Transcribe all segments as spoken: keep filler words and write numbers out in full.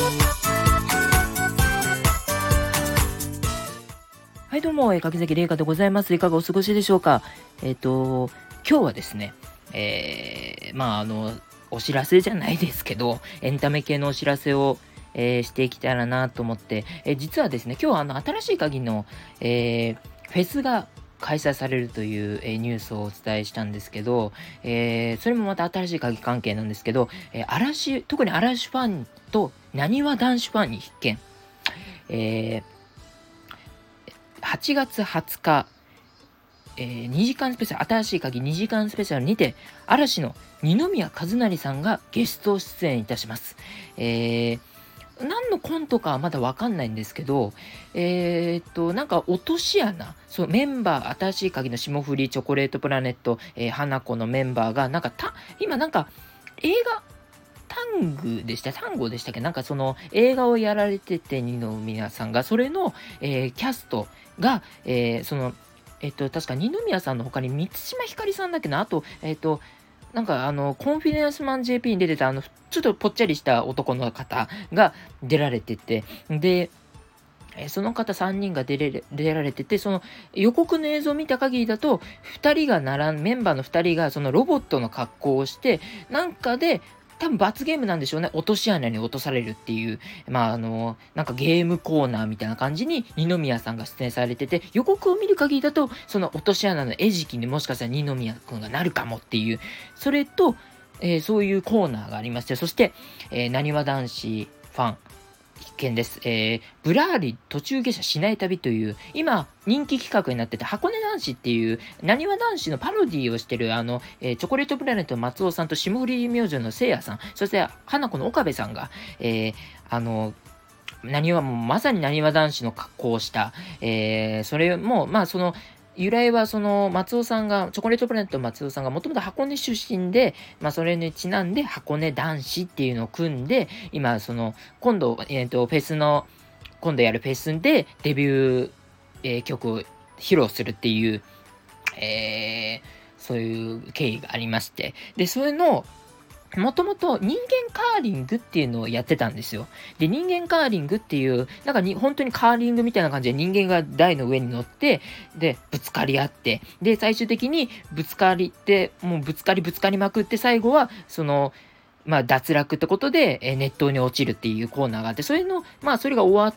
はい、どうも、えー、柿崎玲香でございます。いかがお過ごしでしょうか。えっ、と、今日はですね、えー、まあ、あの、お知らせじゃないですけど、エンタメ系のお知らせを、えーしていきたいなと思って、えー実はですね、今日はあの、新しい鍵の、えーフェスが開催されるという、えーニュースをお伝えしたんですけど、えーそれもまた新しい鍵関係なんですけど、えー嵐、特に嵐ファンと、なにわ男子ファンに必見。えーはちがつはつか、えーにじかんスペシャル、新しい鍵にじかんスペシャルにて、嵐の二宮和也さんがゲスト出演いたします。えー何のコントかはまだわかんないんですけど、えーっと、なんか落とし穴、そう、メンバー、新しい鍵の霜降り、チョコレートプラネット、えー花子のメンバーが、なんかた、今なんか映画、タングでしたタンゴでしたっけなんかその映画をやられてて、二宮さんが、それの、えーキャストが、えーその、えっと、確か二宮さんの他に満島ひかりさんだっけなあと、えっと、なんかあの、コンフィデンスマン ジェーピー に出てたあの、ちょっとぽっちゃりした男の方が出られてて、で、えーその方さんにんが出れ出られてて、その予告の映像を見た限りだと、ふたりが並ん、メンバーのふたりがそのロボットの格好をして、なんかで、多分罰ゲームなんでしょうね。落とし穴に落とされるっていう、まああの、なんかゲームコーナーみたいな感じに二宮さんが出演されてて、予告を見る限りだと、その落とし穴の餌食にもしかしたら二宮くんがなるかもっていう、それと、えーそういうコーナーがありまして、そして、えなにわ男子ファン、必見です。えー、ぶらーり途中下車しない旅という、今、人気企画になってて、箱根男子っていう、なにわ男子のパロディをしてる、あの、えーチョコレートプラネットの松尾さんと霜降り明星のせいやさん、そして、花子の岡部さんが、えーあの、なにわもまさになにわ男子の格好をした、えーそれも、まあ、その、由来はその松尾さんが、チョコレートプラネットの松尾さんがもともと箱根出身で、まあそれにちなんで箱根男子っていうのを組んで、今その、今度、えっ、と、フェスの、今度やるフェスでデビュー、えー曲を披露するっていう、えーそういう経緯がありまして、で、それの、もともと人間カーリングっていうのをやってたんですよ。で、人間カーリングっていう、なんかに本当にカーリングみたいな感じで人間が台の上に乗って、で、ぶつかり合って、で、最終的にぶつかりって、もうぶつかりぶつかりまくって、最後は、その、まあ、脱落ってことで、えー熱湯に落ちるっていうコーナーがあって、それの、まあ、それが終わって、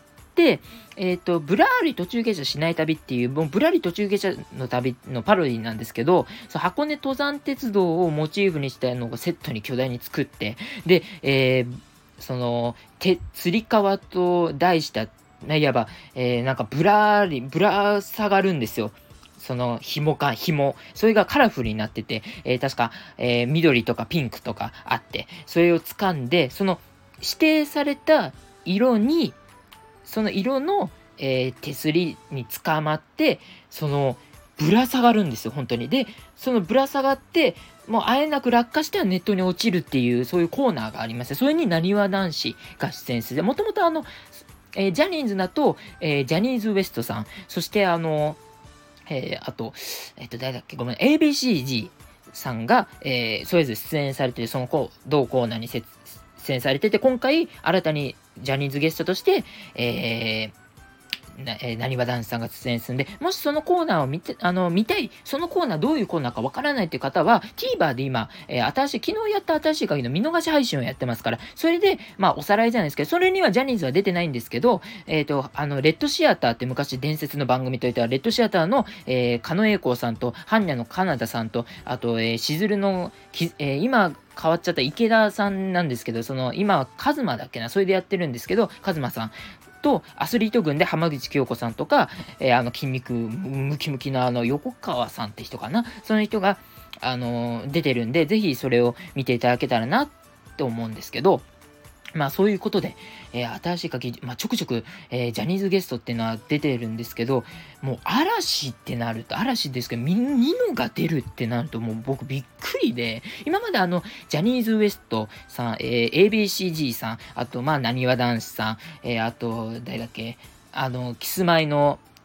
えっ、と、ぶらーり途中下車しない旅っていう、もうぶらり途中下車の旅のパロディなんですけど、そう箱根登山鉄道をモチーフにしたのがセットに巨大に作って、で、えーその、て、つり革と題した、いわば、えーなんかぶらーり、ぶら下がるんですよ。その紐か紐。それがカラフルになってて、えー確か、えー緑とかピンクとかあって、それを掴んで、その指定された色に、その色の、えー手すりに捕まって、その、ぶら下がるんですよ、本当に。で、そのぶら下がって、もうあえなく落下してはネットに落ちるっていう、そういうコーナーがありまして、それになにわ男子が出演する。もともとあの、えージャニーズだと、えージャニーズ ウエストさん、そしてあの、えーあと、えっと、誰だっけごめん、エービーシージー さんが、えーそれぞれ出演されてる、そのこう同コーナーに出演されてて、今回、新たにジャニーズゲストとして、えーな、えー、なにわ男子さんが出演するんで、もしそのコーナーを見て、あの、見たい、そのコーナーどういうコーナーかわからないっていう方は、TVer で今、えー新しい、昨日やった新しい鍵の見逃し配信をやってますから、それで、まあ、おさらいじゃないですけど、それにはジャニーズは出てないんですけど、えっ、と、あの、レッドシアターって昔伝説の番組といったら、レッドシアターの、えー、狩野英孝さんと、般若のカナダさんと、あと、えー、しずるの、きえー今、変わっちゃった池田さんなんですけど、その、今はカズマだっけな、それでやってるんですけど、カズマさんと、アスリート軍で浜口京子さんとか、えーあの筋肉ムキムキなあの横川さんって人かな、その人が、あのー出てるんで、ぜひそれを見ていただけたらなって思うんですけど、まあそういうことで、えー新しい鍵、まあちょくちょく、えージャニーズゲストっていうのは出てるんですけど、もう嵐ってなると、嵐ですけど、みニノが出るってなるともう僕びっくりで、今まであの、ジャニーズ ウエストさん、えー エービーシージー さん、あとまあ、なにわ男子さん、えーあと、誰だっけ、あの、キスマイの、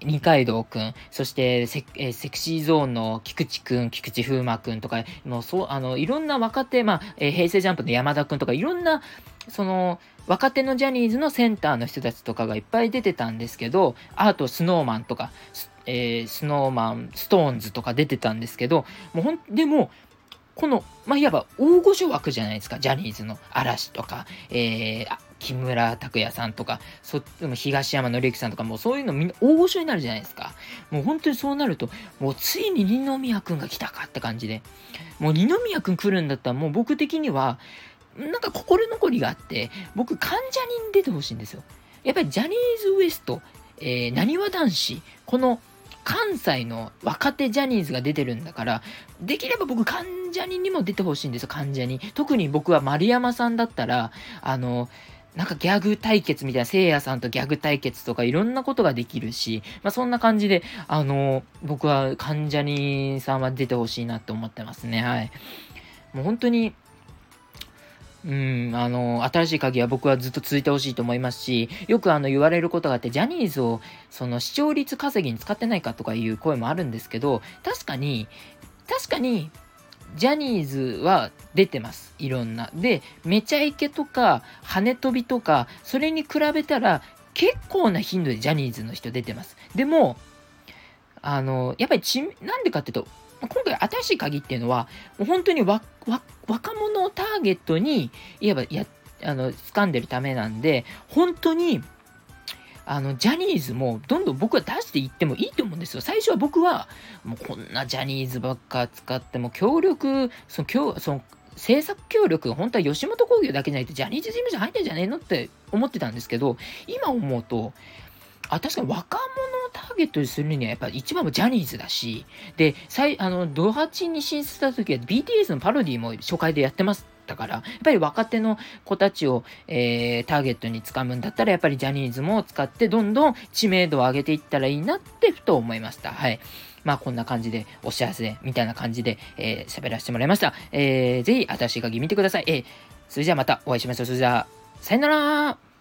二階堂くん、そしてセ、えーセクシーゾーンの菊池くん、菊池風磨くんとか、もうそう、あの、いろんな若手、まあ、えー平成ジャンプの山田くんとか、いろんな、その、若手のジャニーズのセンターの人たちとかがいっぱい出てたんですけど、あとスノーマンとか、スえースノーマン、ストーンズとか出てたんですけど、もうほん、でも、この、まあ、いわば大御所枠じゃないですか、ジャニーズの嵐とか、えー、あ木村拓哉さんとか、そでも東山紀之さんとか、もうそういうのみんな大御所になるじゃないですか。もう本当にそうなると、もうついに二宮くんが来たかって感じで、もう二宮くん来るんだったら、もう僕的には、なんか心残りがあって、僕、関ジャニに出てほしいんですよ。やっぱりジャニーズ ウエスト、えー、なにわ男子、この関西の若手ジャニーズが出てるんだから、できれば僕、関ジャニにも出てほしいんですよ、関ジャニ。特に僕は丸山さんだったら、あの、なんかギャグ対決みたいな、せいやさんとギャグ対決とかいろんなことができるし、まあそんな感じで、あの、僕は関ジャニさんは出てほしいなと思ってますね、はい。もう本当に、うん、あの、新しい鍵は僕はずっと続いてほしいと思いますし、よくあの言われることがあって、ジャニーズをその視聴率稼ぎに使ってないかとかいう声もあるんですけど、確かに、確かに、ジャニーズは出てます。いろんな。で、めちゃイケとか、跳飛びとか、それに比べたら、結構な頻度でジャニーズの人出てます。でも、あの、やっぱりち、なんでかっていうと、今回新しい鍵っていうのは、もう本当にわわ若者をターゲットに、いわばや、あの、掴んでるためなんで、本当に、あの、ジャニーズもどんどん僕は出していってもいいと思うんですよ。最初は僕は、もうこんなジャニーズばっか使っても、協力、その、協その制作協力が本当は吉本興業だけじゃないとジャニーズ事務所入ってんじゃねえのって思ってたんですけど、今思うと、あ、確かに若者をターゲットにするにはやっぱり一番もジャニーズだし、で、最あの、ドハチに進出した時は ビーティーエス のパロディも初回でやってましたから、やっぱり若手の子たちを、えーターゲットに掴むんだったら、やっぱりジャニーズも使ってどんどん知名度を上げていったらいいなってふと思いました。はい。まあこんな感じでお知らせみたいな感じで喋、えー喋らせてもらいました。えーぜひ新しい鍵見てください。えーそれじゃあまたお会いしましょう。それじゃあ、さよなら。